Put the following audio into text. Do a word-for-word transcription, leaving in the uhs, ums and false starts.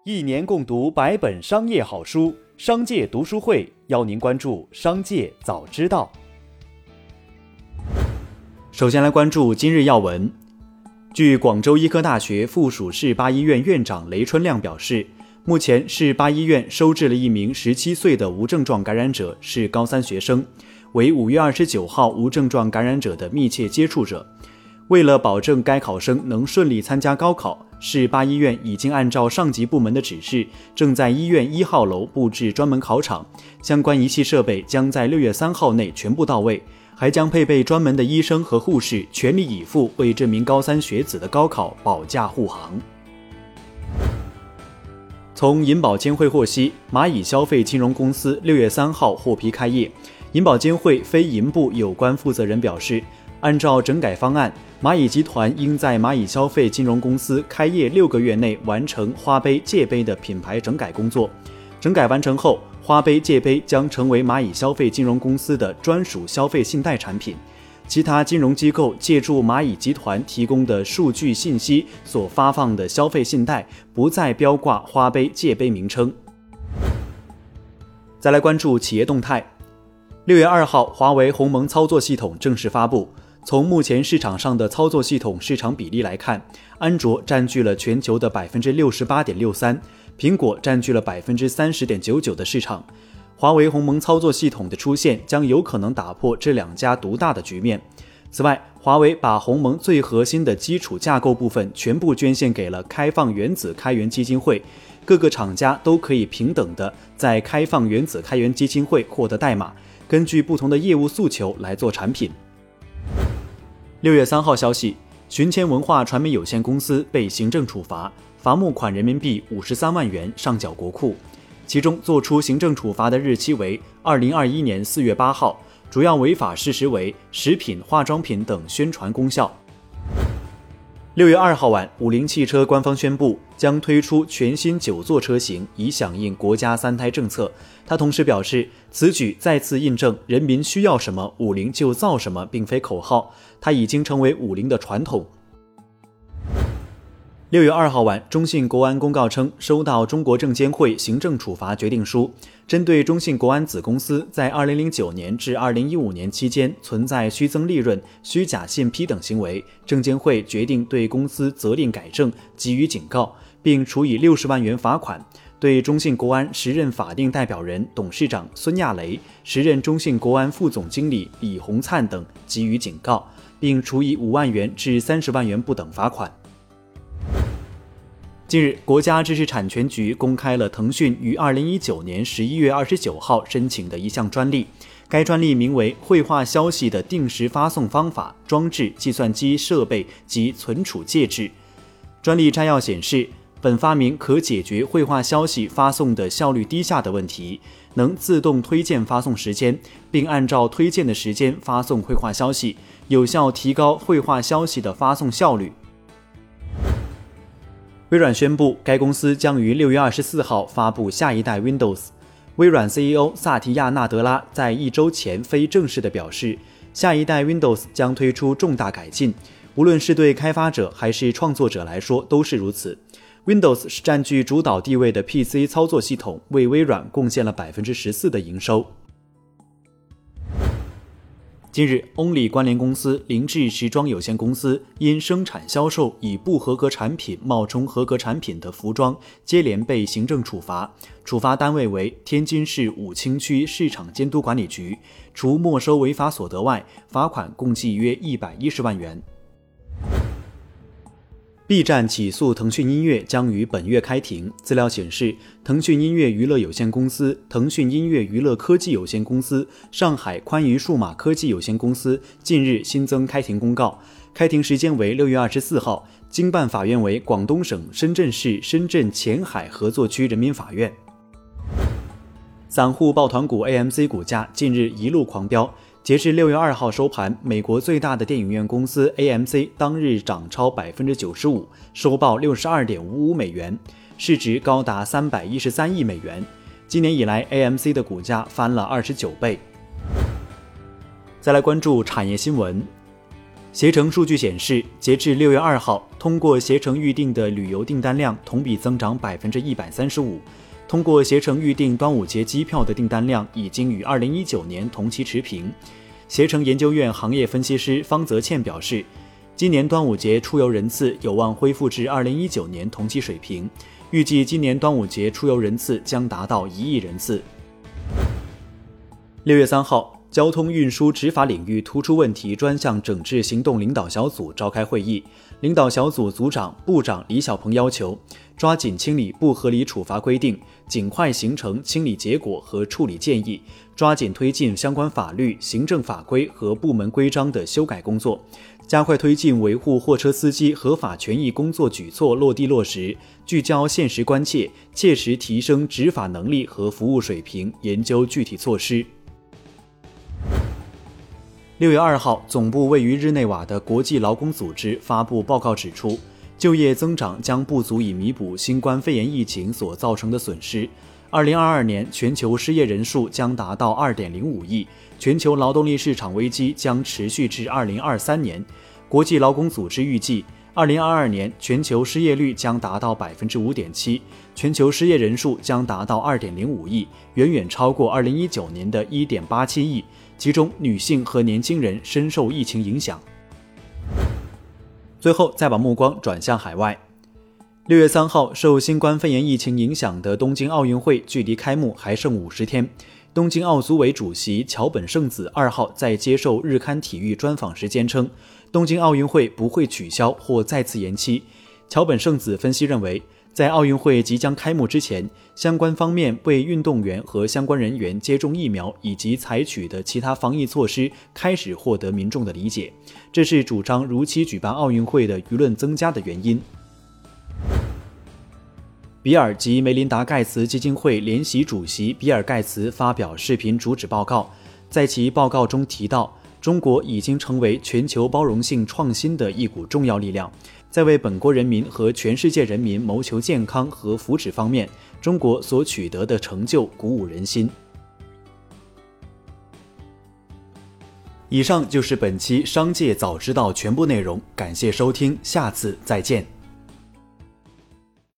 一年共读百本商业好书，商界读书会邀您关注商界早知道。首先来关注今日要闻。据广州医科大学附属市八医院院长雷春亮表示，目前市八医院收治了一名十七岁的无症状感染者，是高三学生，为五月二十九号无症状感染者的密切接触者。为了保证该考生能顺利参加高考，市八医院已经按照上级部门的指示，正在医院一号楼布置专门考场，相关仪器设备将在六月三号内全部到位，还将配备专门的医生和护士，全力以赴为这名高三学子的高考保驾护航。从银保监会获悉，蚂蚁消费金融公司六月三号获批开业。银保监会非银部有关负责人表示，按照整改方案，蚂蚁集团应在蚂蚁消费金融公司开业六个月内完成花呗、借呗的品牌整改工作。整改完成后，花呗、借呗将成为蚂蚁消费金融公司的专属消费信贷产品。其他金融机构借助蚂蚁集团提供的数据信息所发放的消费信贷，不再标挂花呗、借呗名称。再来关注企业动态。六月二号，华为鸿蒙操作系统正式发布。从目前市场上的操作系统市场比例来看，安卓占据了全球的 百分之六十八点六三， 苹果占据了 百分之三十点九九 的市场。华为鸿蒙操作系统的出现将有可能打破这两家独大的局面。此外，华为把鸿蒙最核心的基础架构部分全部捐献给了开放原子开源基金会，各个厂家都可以平等的在开放原子开源基金会获得代码，根据不同的业务诉求来做产品。六月三号消息，寻千文化传媒有限公司被行政处罚，罚没款人民币五十三万元上缴国库。其中作出行政处罚的日期为二零二一年四月八号，主要违法事实为食品、化妆品等宣传功效。六月二号晚，五菱汽车官方宣布将推出全新九座车型，以响应国家三胎政策。他同时表示，此举再次印证人民需要什么，五菱就造什么，并非口号，它已经成为五菱的传统。六月二号晚，中信国安公告称，收到中国证监会行政处罚决定书，针对中信国安子公司在二零零九年至二零一五年期间存在虚增利润、虚假信批等行为，证监会决定对公司责令改正，给予警告，并处以六十万元罚款。对中信国安时任法定代表人、董事长孙亚雷、时任中信国安副总经理李洪灿等给予警告，并处以五万元至三十万元不等罚款。近日，国家知识产权局公开了腾讯于二零一九年十一月二十九号申请的一项专利，该专利名为绘画消息的定时发送方法、装置、计算机设备及存储介质。专利摘要显示，本发明可解决绘画消息发送的效率低下的问题，能自动推荐发送时间，并按照推荐的时间发送绘画消息，有效提高绘画消息的发送效率。微软宣布，该公司将于六月二十四号发布下一代 Windows。微软 C E O 萨提亚·纳德拉在一周前非正式地表示，下一代 Windows 将推出重大改进，无论是对开发者还是创作者来说都是如此。Windows 是占据主导地位的 P C 操作系统，为微软贡献了 百分之十四 的营收。近日， Only 关联公司凌志时装有限公司因生产销售以不合格产品冒充合格产品的服装，接连被行政处罚，处罚单位为天津市武清区市场监督管理局，除没收违法所得外，罚款共计约一百一十万元。B 站起诉腾讯音乐将于本月开庭。资料显示，腾讯音乐娱乐有限公司、腾讯音乐娱乐科技有限公司、上海宽娱数码科技有限公司近日新增开庭公告，开庭时间为六月二十四号，经办法院为广东省深圳市深圳前海合作区人民法院。散户抱团股 A M C 股价近日一路狂飙，截至六月二号收盘，美国最大的电影院公司 A M C 当日涨超 百分之九十五， 收报 六十二点五五美元，市值高达三百一十三亿美元。今年以来 A M C 的股价翻了二十九倍。再来关注产业新闻。 携程数据显示，截至六月二号，通过携程预订的旅游订单量同比增长 百分之一百三十五， 通过携程预订端午节机票的订单量已经与二零一九年同期持平。携程研究院行业分析师方泽倩表示，今年端午节出游人次有望恢复至二零一九年同期水平，预计今年端午节出游人次将达到一亿人次。六月三号，交通运输执法领域突出问题专项整治行动领导小组召开会议，领导小组组长、部长李小鹏要求，抓紧清理不合理处罚规定，尽快形成清理结果和处理建议，抓紧推进相关法律、行政法规和部门规章的修改工作，加快推进维护货车司机合法权益工作举措落地落实，聚焦现实关切，切实提升执法能力和服务水平，研究具体措施。六月二号，总部位于日内瓦的国际劳工组织发布报告指出，就业增长将不足以弥补新冠肺炎疫情所造成的损失。二零二二年全球失业人数将达到 二点零五亿，全球劳动力市场危机将持续至二零二三年。国际劳工组织预计，二零二二年全球失业率将达到 百分之五点七， 全球失业人数将达到 二点零五亿，远远超过二零一九年的 一点八七亿，其中女性和年轻人深受疫情影响。最后再把目光转向海外。六月三号，受新冠肺炎疫情影响的东京奥运会距离开幕还剩五十天。东京奥组委主席桥本圣子二号在接受日刊体育专访时坚称，东京奥运会不会取消或再次延期。桥本圣子分析认为，在奥运会即将开幕之前，相关方面为运动员和相关人员接种疫苗以及采取的其他防疫措施开始获得民众的理解，这是主张如期举办奥运会的舆论增加的原因。比尔及梅琳达·盖茨基金会联席主席比尔·盖茨发表视频主旨报告，在其报告中提到，中国已经成为全球包容性创新的一股重要力量，在为本国人民和全世界人民谋求健康和福祉方面，中国所取得的成就鼓舞人心。以上就是本期商界早知道全部内容，感谢收听，下次再见。